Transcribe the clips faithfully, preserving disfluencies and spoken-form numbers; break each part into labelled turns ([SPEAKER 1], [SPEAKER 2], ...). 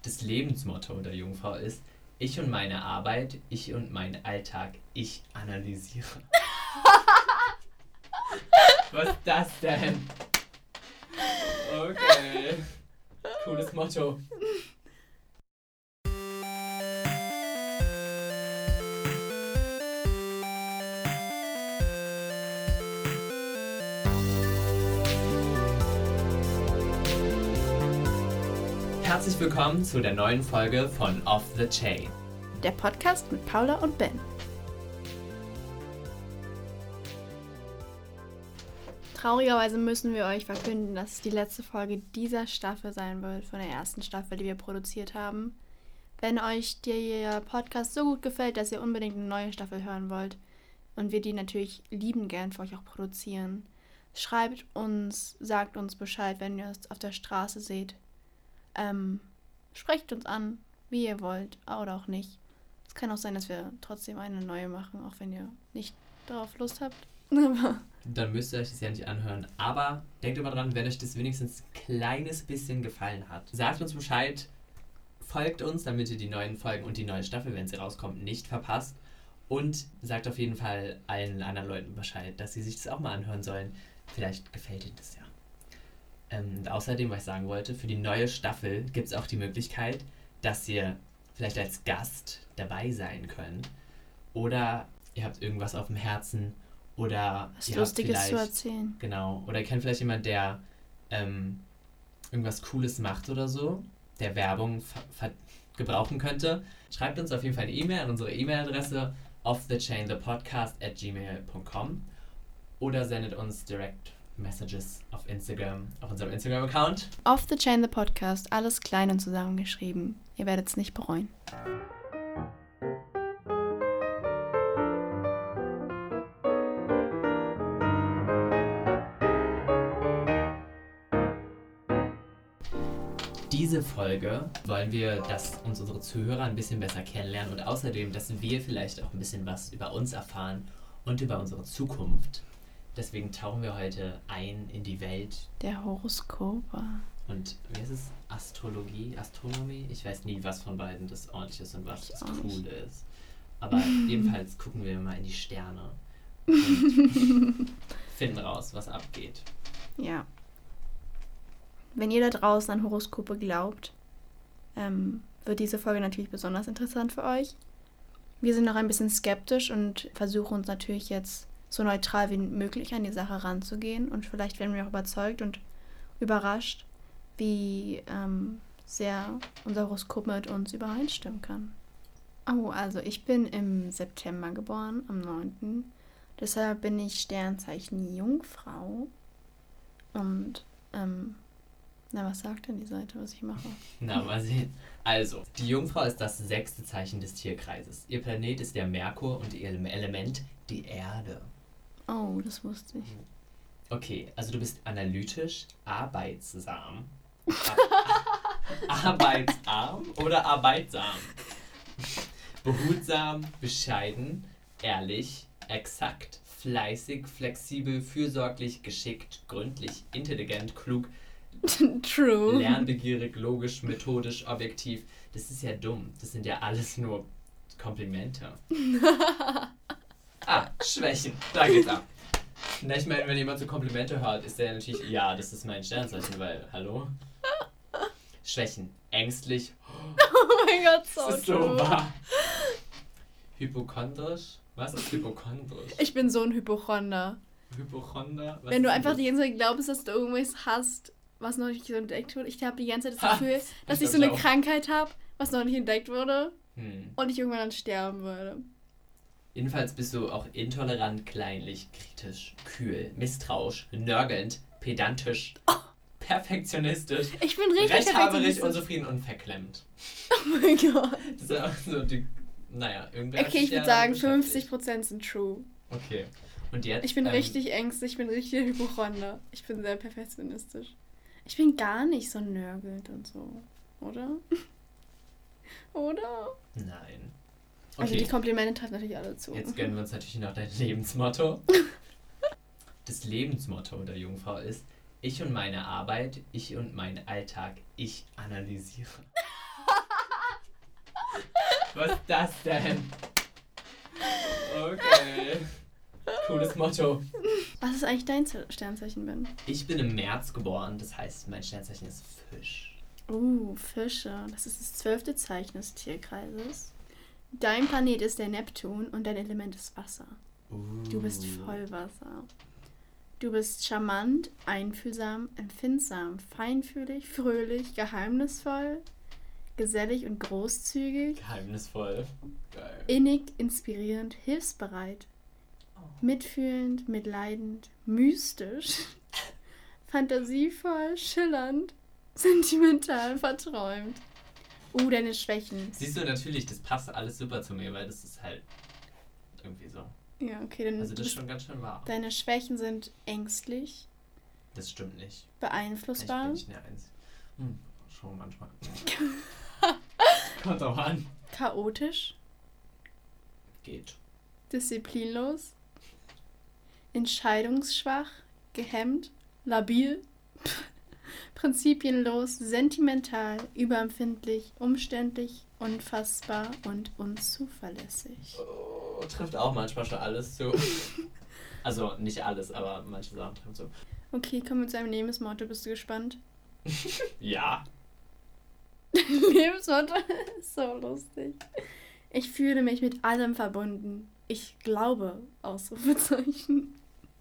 [SPEAKER 1] Das Lebensmotto der Jungfrau ist: Ich und meine Arbeit, ich und mein Alltag, ich analysiere. Was ist das denn? Okay. Cooles Motto. Herzlich willkommen zu der neuen Folge von Off the Chain.
[SPEAKER 2] Der Podcast mit Paula und Ben. Traurigerweise müssen wir euch verkünden, dass es die letzte Folge dieser Staffel sein wird, von der ersten Staffel, die wir produziert haben. Wenn euch der Podcast so gut gefällt, dass ihr unbedingt eine neue Staffel hören wollt und wir die natürlich lieben gern für euch auch produzieren, schreibt uns, sagt uns Bescheid, wenn ihr es auf der Straße seht. Ähm, sprecht uns an, wie ihr wollt, oder auch nicht. Es kann auch sein, dass wir trotzdem eine neue machen, auch wenn ihr nicht darauf Lust habt.
[SPEAKER 1] Dann müsst ihr euch das ja nicht anhören. Aber denkt immer dran, wenn euch das wenigstens ein kleines bisschen gefallen hat. Sagt uns Bescheid, folgt uns, damit ihr die neuen Folgen und die neue Staffel, wenn sie rauskommt, nicht verpasst. Und sagt auf jeden Fall allen anderen Leuten Bescheid, dass sie sich das auch mal anhören sollen. Vielleicht gefällt ihnen das ja. Ähm, und außerdem, was ich sagen wollte, für die neue Staffel gibt es auch die Möglichkeit, dass ihr vielleicht als Gast dabei sein könnt. Oder ihr habt irgendwas auf dem Herzen. Oder
[SPEAKER 2] was
[SPEAKER 1] ihr
[SPEAKER 2] Lustiges
[SPEAKER 1] habt
[SPEAKER 2] zu erzählen.
[SPEAKER 1] Genau. Oder ihr kennt vielleicht jemanden, der ähm, irgendwas Cooles macht oder so, der Werbung ver- ver- gebrauchen könnte. Schreibt uns auf jeden Fall eine E-Mail an unsere E-Mail-Adresse offthechainthepodcast at gmail dot com oder sendet uns Direct Messages auf Instagram, auf unserem Instagram-Account.
[SPEAKER 2] Off the Chain the Podcast, alles klein und zusammengeschrieben. Ihr werdet es nicht bereuen.
[SPEAKER 1] Diese Folge wollen wir, dass uns unsere Zuhörer ein bisschen besser kennenlernen und außerdem, dass wir vielleicht auch ein bisschen was über uns erfahren und über unsere Zukunft. Deswegen tauchen wir heute ein in die Welt
[SPEAKER 2] Der Horoskope.
[SPEAKER 1] und wie ist es? Astrologie, Astronomie? Ich weiß nie, was von beiden das ordentlich ist und was das Coole ist. Aber jedenfalls gucken wir mal in die Sterne und finden raus, was abgeht.
[SPEAKER 2] Ja. Wenn ihr da draußen an Horoskope glaubt, ähm, wird diese Folge natürlich besonders interessant für euch. Wir sind noch ein bisschen skeptisch und versuchen uns natürlich jetzt so neutral wie möglich an die Sache ranzugehen. Und vielleicht werden wir auch überzeugt und überrascht, wie ähm, sehr unser Horoskop mit uns übereinstimmen kann. Oh, also ich bin im September geboren, am neunten Deshalb bin ich Sternzeichen Jungfrau. Und, ähm, na, was sagt denn die Seite, was ich mache?
[SPEAKER 1] Na, mal sehen. Also, die Jungfrau ist das sechste Zeichen des Tierkreises. Ihr Planet ist der Merkur und ihr Element die Erde.
[SPEAKER 2] Oh, das wusste ich.
[SPEAKER 1] Okay, also du bist analytisch, arbeitsam. Ar- arbeitsarm oder arbeitsam? Behutsam, bescheiden, ehrlich, exakt, fleißig, flexibel, fürsorglich, geschickt, gründlich, intelligent, klug,
[SPEAKER 2] True.
[SPEAKER 1] lernbegierig, logisch, methodisch, objektiv. Das ist ja dumm. Das sind ja alles nur Komplimente. Ah, Schwächen. Da geht's ab. Na, ich meine, wenn jemand so Komplimente hört, ist der natürlich, ja, das ist mein Sternzeichen, weil, hallo? Schwächen. Ängstlich.
[SPEAKER 2] Oh mein Gott, so
[SPEAKER 1] Das ist so
[SPEAKER 2] true.
[SPEAKER 1] wahr. Hypochondrisch? Was ist hypochondrisch?
[SPEAKER 2] Ich bin so ein Hypochonder.
[SPEAKER 1] Hypochonder? Was
[SPEAKER 2] Wenn du
[SPEAKER 1] ist
[SPEAKER 2] einfach
[SPEAKER 1] das?
[SPEAKER 2] die ganze Zeit glaubst, dass du irgendwas hast, was noch nicht so entdeckt wurde. Ich habe die ganze Zeit das
[SPEAKER 1] Ha,
[SPEAKER 2] Gefühl, dass
[SPEAKER 1] ich
[SPEAKER 2] ich so eine
[SPEAKER 1] glaub ich auch.
[SPEAKER 2] Krankheit habe, was noch nicht entdeckt wurde
[SPEAKER 1] Hm.
[SPEAKER 2] und ich irgendwann dann sterben würde.
[SPEAKER 1] Jedenfalls bist du auch intolerant, kleinlich, kritisch, kühl, misstrauisch, nörgelnd, pedantisch, perfektionistisch,
[SPEAKER 2] Ich bin richtig
[SPEAKER 1] rechthaberig,
[SPEAKER 2] perfektionistisch.
[SPEAKER 1] unzufrieden und verklemmt.
[SPEAKER 2] Oh mein Gott.
[SPEAKER 1] Das ist auch so die, naja, irgendwer
[SPEAKER 2] Okay, ich würde sagen, fünfzig Prozent sind true.
[SPEAKER 1] Okay, und jetzt?
[SPEAKER 2] Ich bin
[SPEAKER 1] ähm,
[SPEAKER 2] richtig ängstlich, ich bin richtig Hypochonder. Ich bin sehr perfektionistisch. Ich bin gar nicht so nörgelt und so, oder? Oder?
[SPEAKER 1] Nein.
[SPEAKER 2] Also
[SPEAKER 1] Okay,
[SPEAKER 2] die Komplimente treffen natürlich alle zu.
[SPEAKER 1] jetzt gönnen wir uns natürlich noch dein Lebensmotto. Das Lebensmotto der Jungfrau ist: Ich und meine Arbeit, ich und mein Alltag, ich analysiere. Was ist das denn? Okay. Cooles Motto.
[SPEAKER 2] Was ist eigentlich dein Sternzeichen, Ben?
[SPEAKER 1] Ich bin im März geboren, das heißt, mein Sternzeichen ist Fisch.
[SPEAKER 2] Uh, Fische. Das ist das zwölfte Zeichen des Tierkreises. Dein Planet ist der Neptun und dein Element ist Wasser.
[SPEAKER 1] Uh.
[SPEAKER 2] Du bist voll Wasser. Du bist charmant, einfühlsam, empfindsam, feinfühlig, fröhlich, geheimnisvoll, gesellig und großzügig,
[SPEAKER 1] Geheimnisvoll. Geil.
[SPEAKER 2] innig, inspirierend, hilfsbereit, mitfühlend, mitleidend, mystisch, fantasievoll, schillernd, sentimental, verträumt. Uh, deine Schwächen.
[SPEAKER 1] Siehst du, natürlich, das passt alles super zu mir, weil das ist halt irgendwie so.
[SPEAKER 2] Ja, okay, dann
[SPEAKER 1] Also das ist
[SPEAKER 2] bist-
[SPEAKER 1] schon ganz schön wahr.
[SPEAKER 2] deine Schwächen sind ängstlich,
[SPEAKER 1] Das stimmt nicht. Ich
[SPEAKER 2] beeinflussbar,
[SPEAKER 1] bin nicht eine Eins. Hm, schon manchmal. Kommt auch an.
[SPEAKER 2] chaotisch,
[SPEAKER 1] Geht.
[SPEAKER 2] disziplinlos, entscheidungsschwach, gehemmt, labil, prinzipienlos, sentimental, überempfindlich, umständlich, unfassbar und unzuverlässig.
[SPEAKER 1] Oh, trifft auch manchmal schon alles zu. Also nicht alles, aber manche Sachen treffen zu.
[SPEAKER 2] Okay, kommen wir zu einem Lebensmotto. Bist du gespannt?
[SPEAKER 1] Ja.
[SPEAKER 2] Lebensmotto ist so lustig. Ich fühle mich mit allem verbunden. Ich glaube, Ausrufezeichen.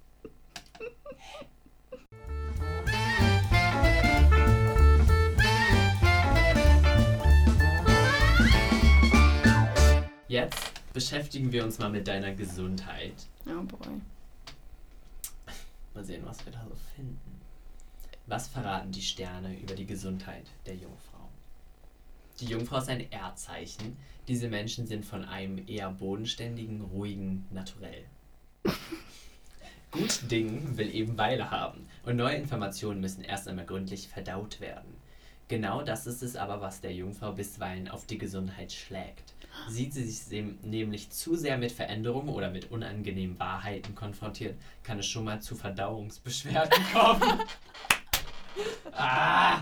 [SPEAKER 1] Jetzt beschäftigen wir uns mal mit deiner Gesundheit.
[SPEAKER 2] Oh boy.
[SPEAKER 1] Mal sehen, was wir da so finden. Was verraten die Sterne über die Gesundheit der Jungfrau? Die Jungfrau ist ein Erdzeichen. Diese Menschen sind von einem eher bodenständigen, ruhigen Naturell. Gut Ding will eben Weile haben und neue Informationen müssen erst einmal gründlich verdaut werden. Genau das ist es aber, was der Jungfrau bisweilen auf die Gesundheit schlägt. Sieht sie sich sem- nämlich zu sehr mit Veränderungen oder mit unangenehmen Wahrheiten konfrontiert, kann es schon mal zu Verdauungsbeschwerden kommen. Ah!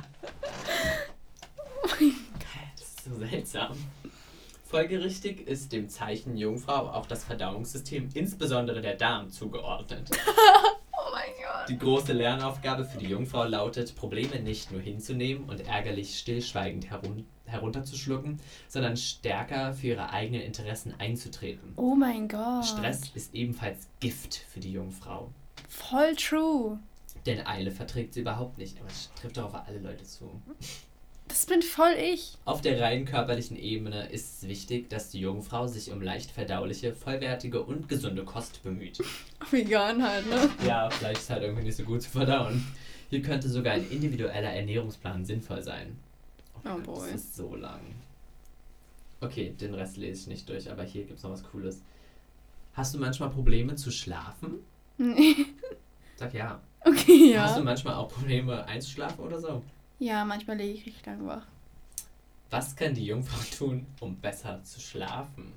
[SPEAKER 1] Das ist so seltsam. Folgerichtig ist dem Zeichen Jungfrau auch das Verdauungssystem, insbesondere der Darm, zugeordnet.
[SPEAKER 2] Oh mein Gott.
[SPEAKER 1] Die große Lernaufgabe für die Jungfrau lautet, Probleme nicht nur hinzunehmen und ärgerlich stillschweigend herun- herunterzuschlucken, sondern stärker für ihre eigenen Interessen einzutreten.
[SPEAKER 2] Oh mein Gott.
[SPEAKER 1] Stress ist ebenfalls Gift für die Jungfrau.
[SPEAKER 2] Voll true.
[SPEAKER 1] Denn Eile verträgt sie überhaupt nicht, aber es trifft doch auf alle Leute zu.
[SPEAKER 2] Das bin voll ich.
[SPEAKER 1] Auf der rein körperlichen Ebene ist es wichtig, dass die Jungfrau sich um leicht verdauliche, vollwertige und gesunde Kost bemüht.
[SPEAKER 2] Vegan halt, ne?
[SPEAKER 1] Ja, vielleicht ist es halt irgendwie nicht so gut zu verdauen. Hier könnte sogar ein individueller Ernährungsplan sinnvoll sein.
[SPEAKER 2] Oh
[SPEAKER 1] Gott,
[SPEAKER 2] boy.
[SPEAKER 1] Das ist so lang. Okay, den Rest lese ich nicht durch, aber hier gibt es noch was Cooles. Hast du manchmal Probleme zu schlafen?
[SPEAKER 2] Nee.
[SPEAKER 1] Sag ja.
[SPEAKER 2] Okay,
[SPEAKER 1] Hast du
[SPEAKER 2] ja.
[SPEAKER 1] manchmal auch Probleme einzuschlafen oder so?
[SPEAKER 2] Ja, manchmal lege ich richtig lang wach.
[SPEAKER 1] Was kann die Jungfrau tun, um besser zu schlafen?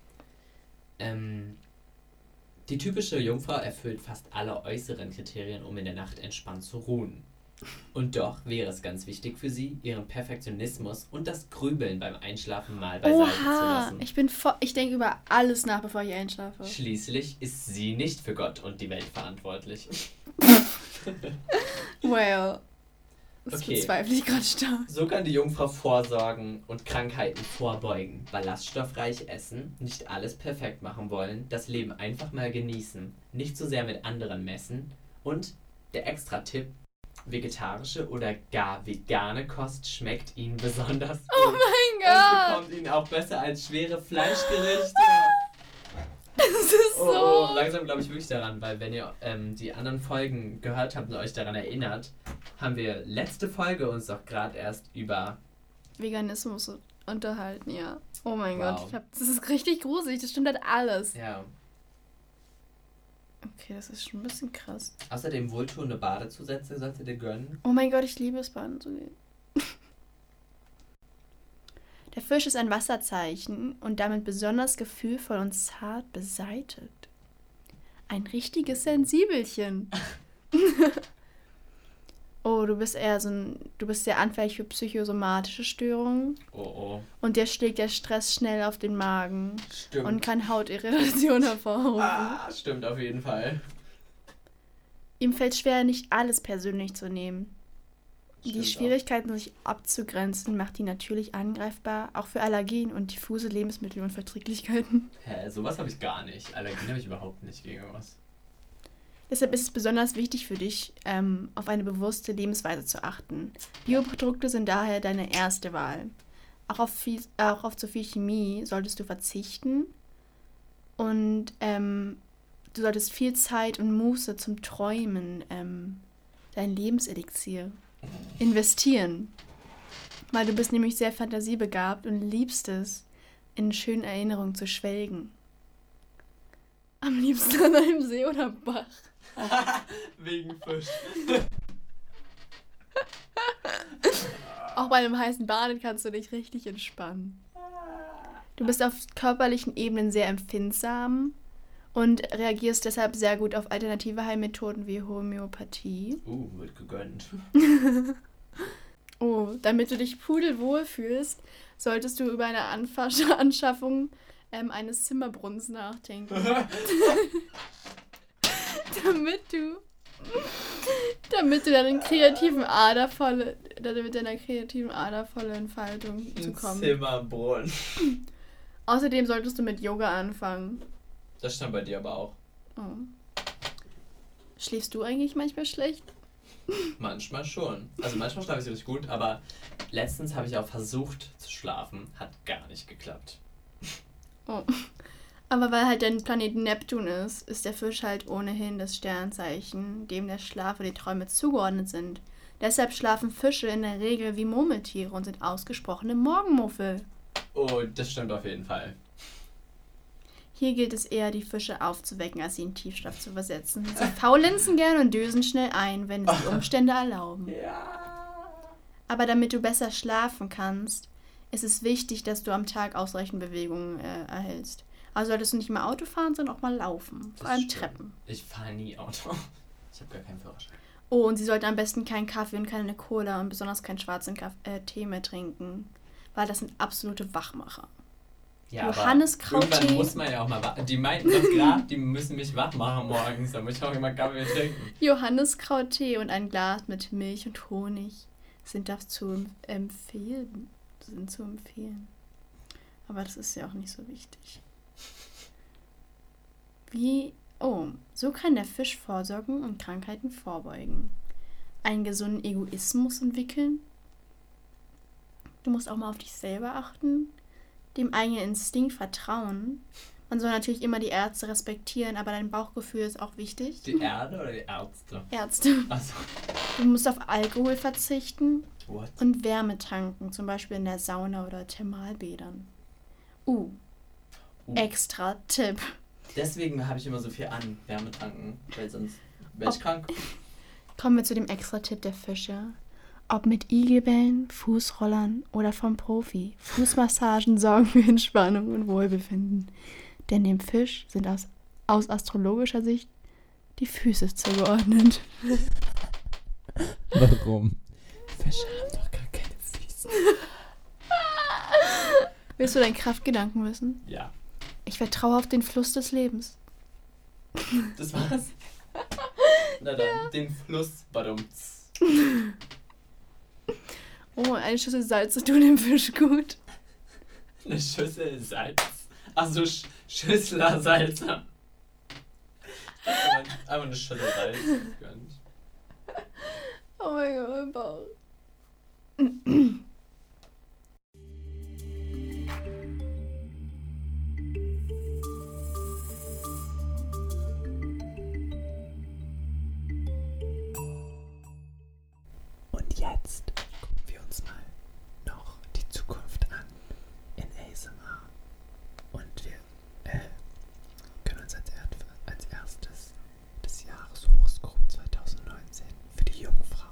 [SPEAKER 1] Ähm, die typische Jungfrau erfüllt fast alle äußeren Kriterien, um in der Nacht entspannt zu ruhen. Und doch wäre es ganz wichtig für sie, ihren Perfektionismus und das Grübeln beim Einschlafen mal beiseite zu
[SPEAKER 2] Oha,
[SPEAKER 1] lassen.
[SPEAKER 2] ich bin voll, ich denke über alles nach, bevor ich einschlafe.
[SPEAKER 1] Schließlich ist sie nicht für Gott und die Welt verantwortlich.
[SPEAKER 2] Well, das
[SPEAKER 1] Okay.
[SPEAKER 2] bezweifle ich gerade stark.
[SPEAKER 1] So kann die Jungfrau vorsorgen und Krankheiten vorbeugen. Ballaststoffreich essen, nicht alles perfekt machen wollen, das Leben einfach mal genießen, nicht so sehr mit anderen messen und der Extra-Tipp, vegetarische oder gar vegane Kost schmeckt ihnen besonders gut.
[SPEAKER 2] Oh mein
[SPEAKER 1] Und
[SPEAKER 2] Gott,
[SPEAKER 1] bekommt ihnen auch besser als schwere Fleischgerichte.
[SPEAKER 2] das ist
[SPEAKER 1] Oh,
[SPEAKER 2] so...
[SPEAKER 1] oh, langsam glaube ich wirklich daran, weil wenn ihr ähm, die anderen Folgen gehört habt und euch daran erinnert, haben wir letzte Folge uns doch gerade erst über...
[SPEAKER 2] Veganismus unterhalten, ja. Oh mein
[SPEAKER 1] Wow.
[SPEAKER 2] Gott, ich hab, das ist richtig gruselig, das stimmt halt alles.
[SPEAKER 1] Ja.
[SPEAKER 2] Okay, das ist schon ein bisschen krass.
[SPEAKER 1] Außerdem wohltuende Badezusätze solltet ihr gönnen.
[SPEAKER 2] Oh mein Gott, ich liebe es, baden zu gehen. Der Fisch ist ein Wasserzeichen und damit besonders gefühlvoll und zart beseitet. Ein richtiges Sensibelchen. Oh, du bist eher so ein, du bist sehr anfällig für psychosomatische Störungen.
[SPEAKER 1] Oh, oh.
[SPEAKER 2] Und dir schlägt der Stress schnell auf den Magen.
[SPEAKER 1] Stimmt.
[SPEAKER 2] Und kann Hautirritation hervorrufen.
[SPEAKER 1] Ah, stimmt auf jeden Fall.
[SPEAKER 2] Ihm fällt schwer, nicht alles persönlich zu nehmen.
[SPEAKER 1] Stimmt
[SPEAKER 2] Die Schwierigkeiten, sich abzugrenzen, macht ihn natürlich angreifbar, auch für Allergien und diffuse Lebensmittelunverträglichkeiten.
[SPEAKER 1] Hä, sowas habe ich gar nicht. Allergien habe ich überhaupt nicht gegen was.
[SPEAKER 2] Deshalb ist es besonders wichtig für dich, ähm, auf eine bewusste Lebensweise zu achten. Bioprodukte sind daher deine erste Wahl. Auch auf, viel, auch auf zu viel Chemie solltest du verzichten und ähm, du solltest viel Zeit und Muße zum Träumen, ähm, dein Lebenselixier, investieren. Weil du bist nämlich sehr fantasiebegabt und liebst es, in schönen Erinnerungen zu schwelgen. Am liebsten an einem See oder Bach.
[SPEAKER 1] Wegen Fisch.
[SPEAKER 2] Auch bei einem heißen Baden kannst du dich richtig entspannen. Du bist auf körperlichen Ebenen sehr empfindsam und reagierst deshalb sehr gut auf alternative Heilmethoden wie Homöopathie.
[SPEAKER 1] Uh, wird gegönnt.
[SPEAKER 2] Oh, damit du dich pudelwohl fühlst, solltest du über eine Anfasch- Anschaffung ähm, eines Zimmerbrunnens nachdenken. damit du damit du deinen kreativen Ader volle, damit deiner kreativen Ader volle Entfaltung zu kommen.
[SPEAKER 1] Zimmerbrunnen.
[SPEAKER 2] Außerdem solltest du mit Yoga anfangen.
[SPEAKER 1] Das stand bei dir aber auch.
[SPEAKER 2] Oh. Schläfst du eigentlich manchmal schlecht?
[SPEAKER 1] Manchmal schon. Also manchmal schlafe ich richtig gut, aber letztens habe ich auch versucht zu schlafen. Hat gar nicht geklappt.
[SPEAKER 2] Oh. Aber weil halt dein Planet Neptun ist, ist der Fisch halt ohnehin das Sternzeichen, dem der Schlaf und die Träume zugeordnet sind. Deshalb schlafen Fische in der Regel wie Murmeltiere und sind ausgesprochene Morgenmuffel.
[SPEAKER 1] Oh, das stimmt auf jeden Fall.
[SPEAKER 2] Hier gilt es eher, die Fische aufzuwecken, als sie in Tiefschlaf zu versetzen. Sie faulenzen gern und dösen schnell ein, wenn es die Umstände erlauben.
[SPEAKER 1] Ja.
[SPEAKER 2] Aber damit du besser schlafen kannst, ist es wichtig, dass du am Tag ausreichend Bewegung äh, erhältst. Also solltest du nicht mal Auto fahren, sondern auch mal laufen. Vor allem Treppen.
[SPEAKER 1] Ich fahre nie Auto. Ich habe gar keinen Führerschein.
[SPEAKER 2] Oh, und sie sollte am besten keinen Kaffee und keine Cola und besonders keinen schwarzen Kaff- äh, Tee mehr trinken. Weil das sind absolute Wachmacher.
[SPEAKER 1] Ja,
[SPEAKER 2] Johanniskrauttee.
[SPEAKER 1] Irgendwann muss man ja auch mal wach. Die meinten doch gerade, die müssen mich wach machen morgens, damit ich auch immer Kaffee trinken.
[SPEAKER 2] Johanniskrauttee und ein Glas mit Milch und Honig sind das zu empfehlen. Sind zu empfehlen. Aber das ist ja auch nicht so wichtig. Wie, oh, so kann der Fisch vorsorgen und Krankheiten vorbeugen. Einen gesunden Egoismus entwickeln. Du musst auch mal auf dich selber achten. Dem eigenen Instinkt vertrauen. Man soll natürlich immer die Ärzte respektieren, aber dein Bauchgefühl ist auch wichtig.
[SPEAKER 1] Die Erde oder die Ärzte?
[SPEAKER 2] Ärzte.
[SPEAKER 1] Achso.
[SPEAKER 2] Du musst auf Alkohol verzichten.
[SPEAKER 1] What?
[SPEAKER 2] Und Wärme tanken, zum Beispiel in der Sauna oder Thermalbädern. Uh,
[SPEAKER 1] Uh.
[SPEAKER 2] extra Tipp.
[SPEAKER 1] Deswegen habe ich immer so viel an, Wärme tanken, weil sonst wäre ich
[SPEAKER 2] Ob-
[SPEAKER 1] krank.
[SPEAKER 2] Kommen wir zu dem extra Tipp der Fische. Ob mit Igelbällen, Fußrollern oder vom Profi. Fußmassagen sorgen für Entspannung und Wohlbefinden. Denn dem Fisch sind aus, aus astrologischer Sicht die Füße zugeordnet.
[SPEAKER 1] Warum? Fische haben doch gar keine Füße.
[SPEAKER 2] Willst du deinen Kraftgedanken wissen?
[SPEAKER 1] Ja,
[SPEAKER 2] Ich vertraue auf den Fluss des Lebens.
[SPEAKER 1] das war's. Na dann, den Fluss, badumts.
[SPEAKER 2] Oh, eine Schüssel Salz tut dem Fisch gut.
[SPEAKER 1] Eine Schüssel Salz. Achso, Sch Schüssler Salzer. Einfach eine Schüssel Salz gegönnt.
[SPEAKER 2] Oh mein Gott, mein Bauch.
[SPEAKER 1] Und jetzt gucken wir uns mal noch die Zukunft an in A S M R. Und wir äh, können uns als, Erd als erstes das Jahreshoroskop zwanzig neunzehn für die Jungfrau.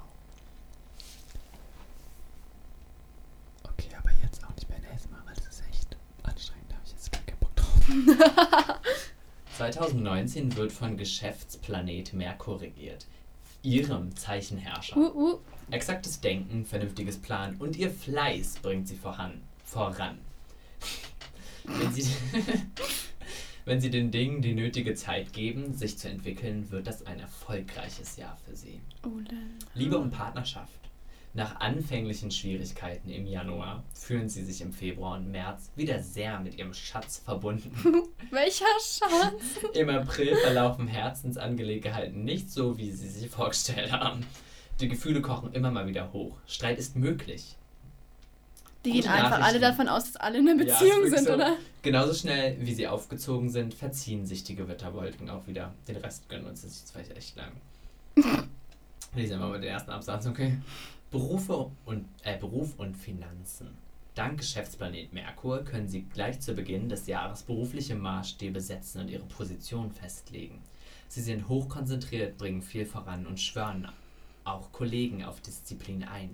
[SPEAKER 1] Okay, aber jetzt auch nicht mehr in A S M R, weil das ist echt anstrengend, da habe ich jetzt gar keinen Bock drauf. zwanzig neunzehn wird von Geschäftsplanet Merkur regiert. ihrem Zeichenherrscher.
[SPEAKER 2] Uh, uh.
[SPEAKER 1] Exaktes Denken, vernünftiges Plan und ihr Fleiß bringt sie voran. voran. Wenn sie, wenn sie den Dingen die nötige Zeit geben, sich zu entwickeln, wird das ein erfolgreiches Jahr für sie.
[SPEAKER 2] Oh, dann.
[SPEAKER 1] Liebe und Partnerschaft. Nach anfänglichen Schwierigkeiten im Januar fühlen sie sich im Februar und März wieder sehr mit ihrem Schatz verbunden.
[SPEAKER 2] Welcher Schatz?
[SPEAKER 1] Im April verlaufen Herzensangelegenheiten nicht so, wie sie sich vorgestellt haben. Die Gefühle kochen immer mal wieder hoch. Streit ist möglich.
[SPEAKER 2] Die
[SPEAKER 1] Gute
[SPEAKER 2] gehen einfach alle
[SPEAKER 1] Nachrichten.
[SPEAKER 2] davon aus, dass alle in einer
[SPEAKER 1] Ja,
[SPEAKER 2] Beziehung
[SPEAKER 1] ist wirklich
[SPEAKER 2] sind,
[SPEAKER 1] so.
[SPEAKER 2] oder?
[SPEAKER 1] Genauso schnell, wie sie aufgezogen sind, verziehen sich die Gewitterwolken auch wieder. Den Rest gönnen uns jetzt vielleicht echt lang. Lesen wir mal den ersten Absatz, okay? Berufe und, äh, Beruf und Finanzen. Dank Geschäftsplanet Merkur können Sie gleich zu Beginn des Jahres berufliche Maßstäbe setzen und Ihre Position festlegen. Sie sind hochkonzentriert, bringen viel voran und schwören auch Kollegen auf Disziplin ein.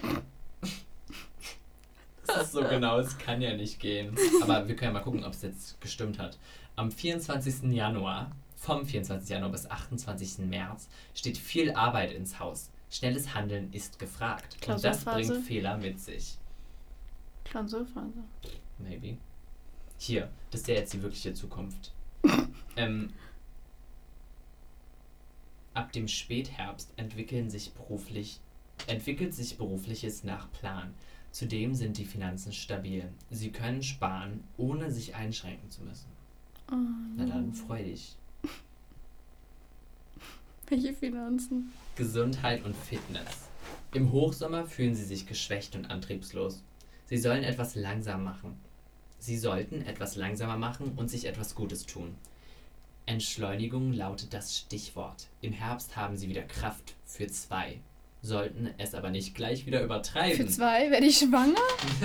[SPEAKER 1] Das ist so genau, es kann ja nicht gehen. Aber wir können ja mal gucken, ob es jetzt gestimmt hat. Am vierundzwanzigsten Januar, vom vierundzwanzigsten Januar bis achtundzwanzigsten März, steht viel Arbeit ins Haus. Schnelles Handeln ist gefragt. Und das
[SPEAKER 2] Klausurphase.
[SPEAKER 1] bringt Fehler mit sich.
[SPEAKER 2] Klausurphase.
[SPEAKER 1] Maybe. Hier, das ist ja jetzt die wirkliche Zukunft. ähm, ab dem Spätherbst entwickeln sich beruflich, entwickelt sich Berufliches nach Plan. Zudem sind die Finanzen stabil. Sie können sparen, ohne sich einschränken zu müssen.
[SPEAKER 2] Oh,
[SPEAKER 1] Na
[SPEAKER 2] no.
[SPEAKER 1] dann, freu dich.
[SPEAKER 2] Welche Finanzen?
[SPEAKER 1] Gesundheit und Fitness. Im Hochsommer fühlen sie sich geschwächt und antriebslos. Sie sollen etwas langsam machen. Sie sollten etwas langsamer machen und sich etwas Gutes tun. Entschleunigung lautet das Stichwort. Im Herbst haben sie wieder Kraft für zwei. Sollten es aber nicht gleich wieder übertreiben.
[SPEAKER 2] Für zwei? Werde ich schwanger?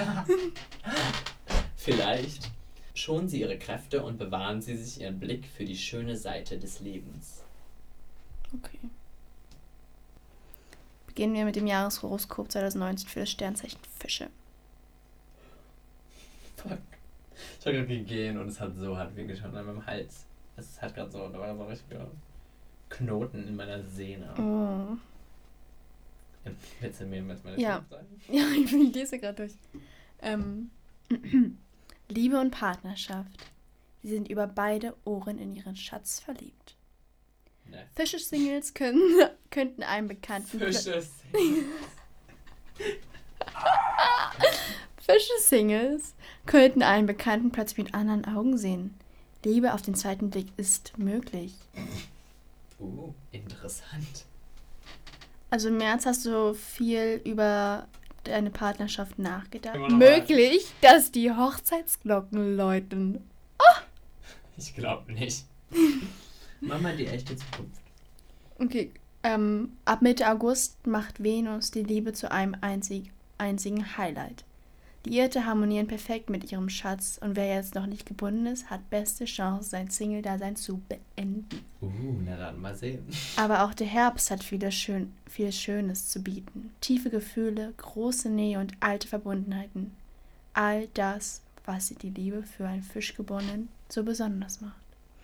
[SPEAKER 1] Vielleicht. Schonen Sie Ihre Kräfte und bewahren Sie sich Ihren Blick für die schöne Seite des Lebens.
[SPEAKER 2] Okay. Beginnen wir mit dem Jahreshoroskop zwanzig neunzehn für das Sternzeichen Fische.
[SPEAKER 1] Fuck. Ich habe gerade gegehen und es hat so hart wehgetan an meinem Hals. Es hat gerade so, da war so richtige Knoten in meiner Sehne.
[SPEAKER 2] Oh.
[SPEAKER 1] Willst du mir jetzt meine
[SPEAKER 2] Ja.
[SPEAKER 1] Schrift sagen?
[SPEAKER 2] Ja, ich lese gerade durch. Ähm. Liebe und Partnerschaft. Sie sind über beide Ohren in ihren Schatz verliebt.
[SPEAKER 1] Ne.
[SPEAKER 2] Fische-Singles können, könnten einen bekannten...
[SPEAKER 1] Fische.
[SPEAKER 2] Fische-Singles könnten einen Bekannten plötzlich mit anderen Augen sehen. Liebe auf den zweiten Blick ist möglich.
[SPEAKER 1] Uh, interessant.
[SPEAKER 2] Also im März hast du viel über deine Partnerschaft nachgedacht.
[SPEAKER 1] Immer noch
[SPEAKER 2] Möglich, dass die Hochzeitsglocken läuten.
[SPEAKER 1] Ich glaube nicht. Mach mal die echte Zukunft.
[SPEAKER 2] Okay, ähm, ab Mitte August macht Venus die Liebe zu einem einzig, einzigen Highlight. Die Irrte harmonieren perfekt mit ihrem Schatz und wer jetzt noch nicht gebunden ist, hat beste Chance, sein Single-Dasein zu beenden.
[SPEAKER 1] Uh, na dann mal sehen.
[SPEAKER 2] Aber auch der Herbst hat viele schön, viel Schönes zu bieten. Tiefe Gefühle, große Nähe und alte Verbundenheiten. All das, was die Liebe für einen Fischgeborenen so besonders macht.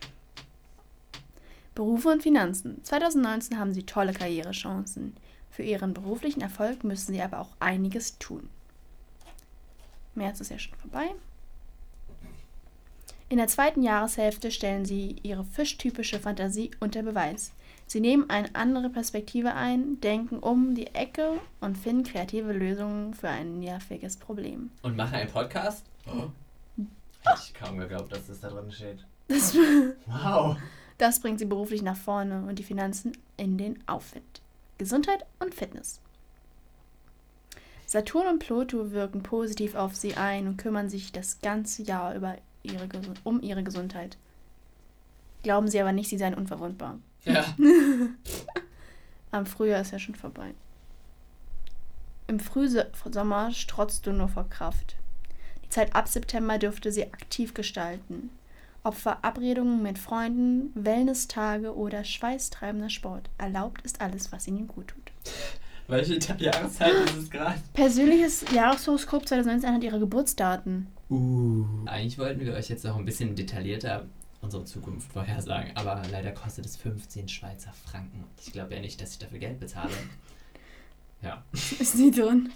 [SPEAKER 2] Berufe und Finanzen. zwanzig neunzehn haben sie tolle Karrierechancen. Für ihren beruflichen Erfolg müssen sie aber auch einiges tun. März ist ja schon vorbei. In der zweiten Jahreshälfte stellen sie ihre fischtypische Fantasie unter Beweis. Sie nehmen eine andere Perspektive ein, denken um die Ecke und finden kreative Lösungen für ein nerviges Problem.
[SPEAKER 1] Und mache einen Podcast? Oh. Hätte ich kaum geglaubt, dass das da drin steht.
[SPEAKER 2] Das,
[SPEAKER 1] Wow.
[SPEAKER 2] das bringt sie beruflich nach vorne und die Finanzen in den Aufwind. Gesundheit und Fitness. Saturn und Pluto wirken positiv auf sie ein und kümmern sich das ganze Jahr über ihre, um ihre Gesundheit. Glauben sie aber nicht, sie seien unverwundbar.
[SPEAKER 1] Ja.
[SPEAKER 2] Am Frühjahr ist ja schon vorbei. Im Frühsommer strotzt du nur vor Kraft. Die Zeit ab September dürfte sie aktiv gestalten. Ob Verabredungen mit Freunden, Wellness-Tage oder schweißtreibender Sport, erlaubt ist alles, was ihnen gut tut.
[SPEAKER 1] Welche Jahreszeit ist es gerade?
[SPEAKER 2] Persönliches Jahreshoroskop zwanzig neunzehn hat ihre Geburtsdaten.
[SPEAKER 1] Uh. Eigentlich wollten wir euch jetzt noch ein bisschen detaillierter unsere Zukunft vorhersagen. Aber leider kostet es fünfzehn Schweizer Franken. Ich glaube ja nicht, dass ich dafür Geld bezahle. Ja.
[SPEAKER 2] Ist nie drin.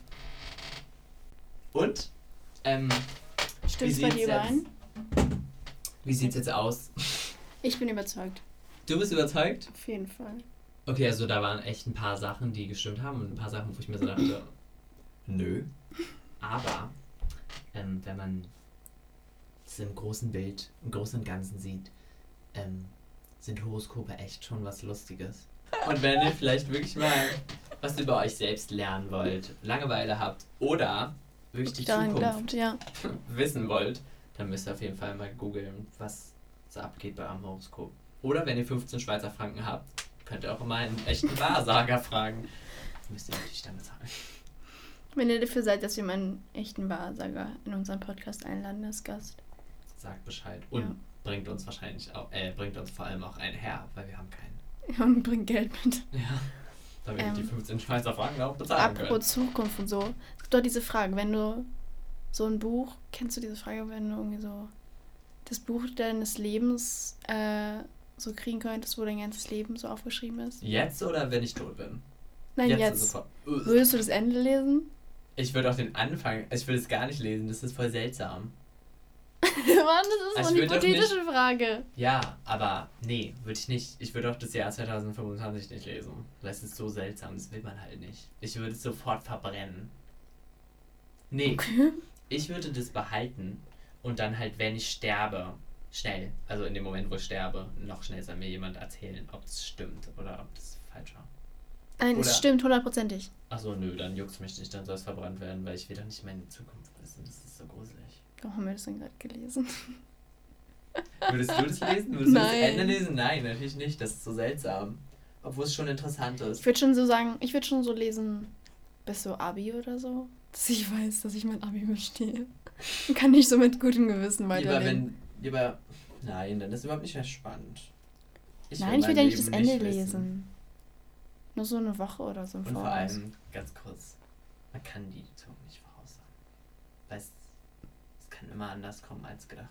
[SPEAKER 1] Und? Ähm,
[SPEAKER 2] Stimmt's bei dir überein?
[SPEAKER 1] Wie sieht's jetzt aus?
[SPEAKER 2] Ich bin überzeugt.
[SPEAKER 1] Du bist überzeugt?
[SPEAKER 2] Auf jeden Fall.
[SPEAKER 1] Okay, also da waren echt ein paar Sachen, die gestimmt haben und ein paar Sachen, wo ich mir so dachte, nö. Aber ähm, wenn man es im großen Bild, im Großen und Ganzen sieht, ähm, sind Horoskope echt schon was Lustiges. Und wenn ihr vielleicht wirklich mal was über euch selbst lernen wollt, Langeweile habt oder wirklich die
[SPEAKER 2] Daran
[SPEAKER 1] Zukunft
[SPEAKER 2] glaubt, ja.
[SPEAKER 1] wissen wollt, dann müsst ihr auf jeden Fall mal googeln, was so abgeht bei eurem Horoskop. Oder wenn ihr fünfzehn Schweizer Franken habt, könnt ihr auch immer einen echten Wahrsager fragen. Müsst ihr natürlich dann bezahlen.
[SPEAKER 2] Wenn ihr dafür seid, dass wir mal einen echten Wahrsager in unseren Podcast einladen als Gast.
[SPEAKER 1] Sagt Bescheid. Und ja. bringt uns wahrscheinlich auch, äh, bringt uns vor allem auch einen her, weil wir haben keinen.
[SPEAKER 2] Ja, und bringt Geld mit.
[SPEAKER 1] Ja. Damit
[SPEAKER 2] ähm,
[SPEAKER 1] wir die fünfzehn Schweizer Franken auch bezahlen können.
[SPEAKER 2] Apropos Zukunft und so. Es gibt doch diese Frage, wenn du so ein Buch, kennst du diese Frage, wenn du irgendwie so das Buch deines Lebens äh, so kriegen könntest, wo dein ganzes Leben so aufgeschrieben ist?
[SPEAKER 1] Jetzt oder wenn ich tot bin?
[SPEAKER 2] Nein, jetzt. jetzt. Würdest du das Ende lesen?
[SPEAKER 1] Ich würde auch den Anfang, ich würde es gar nicht lesen, das ist voll seltsam.
[SPEAKER 2] Mann, das ist also so eine hypothetische nicht, Frage.
[SPEAKER 1] Ja, aber nee, würde ich nicht. Ich würde auch das Jahr zwanzig fünfundzwanzig nicht lesen. Das ist so seltsam, das will man halt nicht. Ich würde es sofort verbrennen. Nee, okay. Ich würde das behalten und dann halt, wenn ich sterbe, schnell, also in dem Moment, wo ich sterbe, noch schnell soll mir jemand erzählen, ob das stimmt oder ob das falsch war.
[SPEAKER 2] Nein, oder, es stimmt, hundertprozentig.
[SPEAKER 1] Achso, nö, dann juckt's mich nicht, dann soll es verbrannt werden, weil ich will doch nicht meine Zukunft wissen, das ist so gruselig.
[SPEAKER 2] Warum haben wir das denn gerade gelesen?
[SPEAKER 1] Würdest du das lesen? Würdest Nein. du das Ende lesen? Nein, natürlich nicht, das ist so seltsam. Obwohl es schon interessant ist.
[SPEAKER 2] Ich würde schon so sagen, ich würde schon so lesen, bis so Abi oder so, dass ich weiß, dass ich mein Abi bestehe. Und kann nicht so mit gutem Gewissen weiterleben.
[SPEAKER 1] Lieber, wenn, lieber, nein, dann ist es überhaupt nicht mehr spannend.
[SPEAKER 2] Ich Nein, will ich will ja nicht das Ende nicht lesen. Nur so eine Woche oder so im
[SPEAKER 1] Und Voraus. Vor allem, ganz kurz, man kann die Zukunft nicht voraussagen. Weil es, es kann immer anders kommen als gedacht.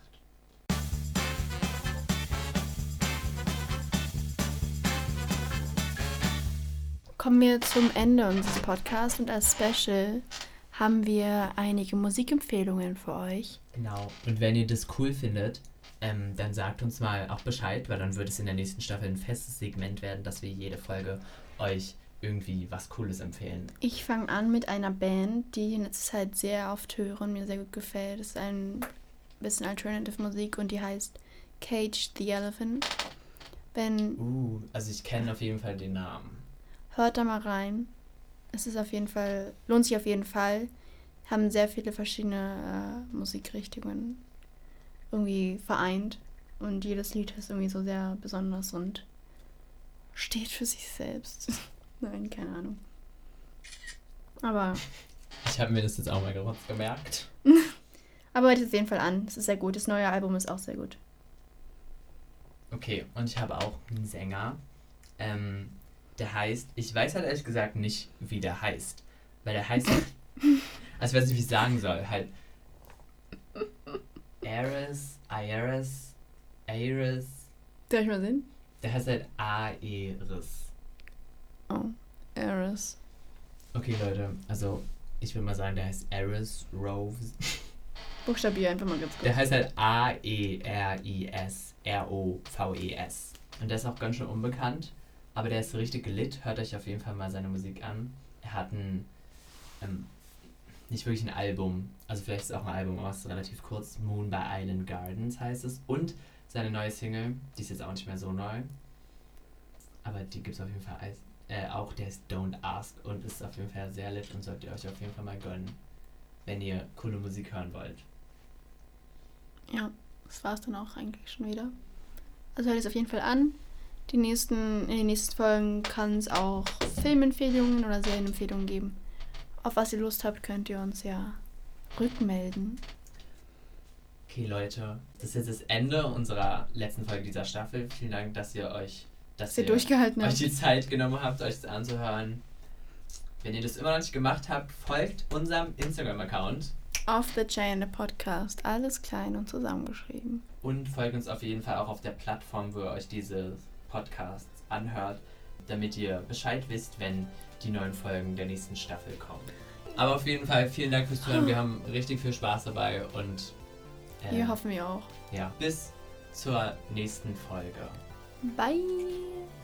[SPEAKER 2] Kommen wir zum Ende unseres Podcasts und als Special haben wir einige Musikempfehlungen für euch.
[SPEAKER 1] Genau, und wenn ihr das cool findet, ähm, dann sagt uns mal auch Bescheid, weil dann wird es in der nächsten Staffel ein festes Segment werden, dass wir jede Folge euch irgendwie was Cooles empfehlen.
[SPEAKER 2] Ich fange an mit einer Band, die ich in letzter Zeit sehr oft höre und mir sehr gut gefällt. Das ist ein bisschen Alternative Musik und die heißt Cage the Elephant. Wenn
[SPEAKER 1] uh, also ich kenne auf jeden Fall den Namen.
[SPEAKER 2] Hört da mal rein. Es ist auf jeden Fall, lohnt sich auf jeden Fall. Haben sehr viele verschiedene äh, Musikrichtungen irgendwie vereint. Und jedes Lied ist irgendwie so sehr besonders und steht für sich selbst. Nein, keine Ahnung. Aber...
[SPEAKER 1] Ich habe mir das jetzt auch mal kurz gemerkt.
[SPEAKER 2] Aber hört es auf jeden Fall an. Es ist sehr gut. Das neue Album ist auch sehr gut.
[SPEAKER 1] Okay, und ich habe auch einen Sänger. Ähm... Der heißt, ich weiß halt ehrlich gesagt nicht, wie der heißt. Weil der heißt, also ich weiß nicht, wie ich sagen soll, halt Ares, Aeris, Aeris.
[SPEAKER 2] Darf ich mal sehen?
[SPEAKER 1] Der heißt halt Aeris.
[SPEAKER 2] Oh, Aeris.
[SPEAKER 1] Okay, Leute, also ich würde mal sagen, der heißt Aeris Rose.
[SPEAKER 2] Buchstabier einfach mal ganz kurz.
[SPEAKER 1] Der heißt halt A E R I S R O V E S. Und der ist auch ganz schön unbekannt. Aber der ist richtig gelit. Hört euch auf jeden Fall mal seine Musik an. Er hat ein, ähm, nicht wirklich ein Album, also vielleicht ist es auch ein Album, aber es ist relativ kurz. Moon by Island Gardens heißt es. Und seine neue Single, die ist jetzt auch nicht mehr so neu. Aber die gibt es auf jeden Fall als, äh, auch. Der ist Don't Ask und ist auf jeden Fall sehr lit und solltet ihr euch auf jeden Fall mal gönnen, wenn ihr coole Musik hören wollt.
[SPEAKER 2] Ja, das war's dann auch eigentlich schon wieder. Also hört es auf jeden Fall an. Die nächsten, in den nächsten Folgen kann es auch Filmempfehlungen oder Serienempfehlungen geben. Auf was ihr Lust habt, könnt ihr uns ja rückmelden.
[SPEAKER 1] Okay, Leute, das ist jetzt das Ende unserer letzten Folge dieser Staffel. Vielen Dank, dass ihr euch, dass, dass ihr, ihr
[SPEAKER 2] durchgehalten
[SPEAKER 1] euch die Zeit genommen habt, euch das anzuhören. Wenn ihr das immer noch nicht gemacht habt, folgt unserem Instagram-Account.
[SPEAKER 2] Off the Chain, der Podcast. Alles klein und zusammengeschrieben.
[SPEAKER 1] Und folgt uns auf jeden Fall auch auf der Plattform, wo ihr euch diese Podcasts anhört, damit ihr Bescheid wisst, wenn die neuen Folgen der nächsten Staffel kommen. Aber auf jeden Fall vielen Dank fürs Zuhören. Wir haben richtig viel Spaß dabei und
[SPEAKER 2] äh, hier hoffen wir auch.
[SPEAKER 1] Ja, bis zur nächsten Folge.
[SPEAKER 2] Bye!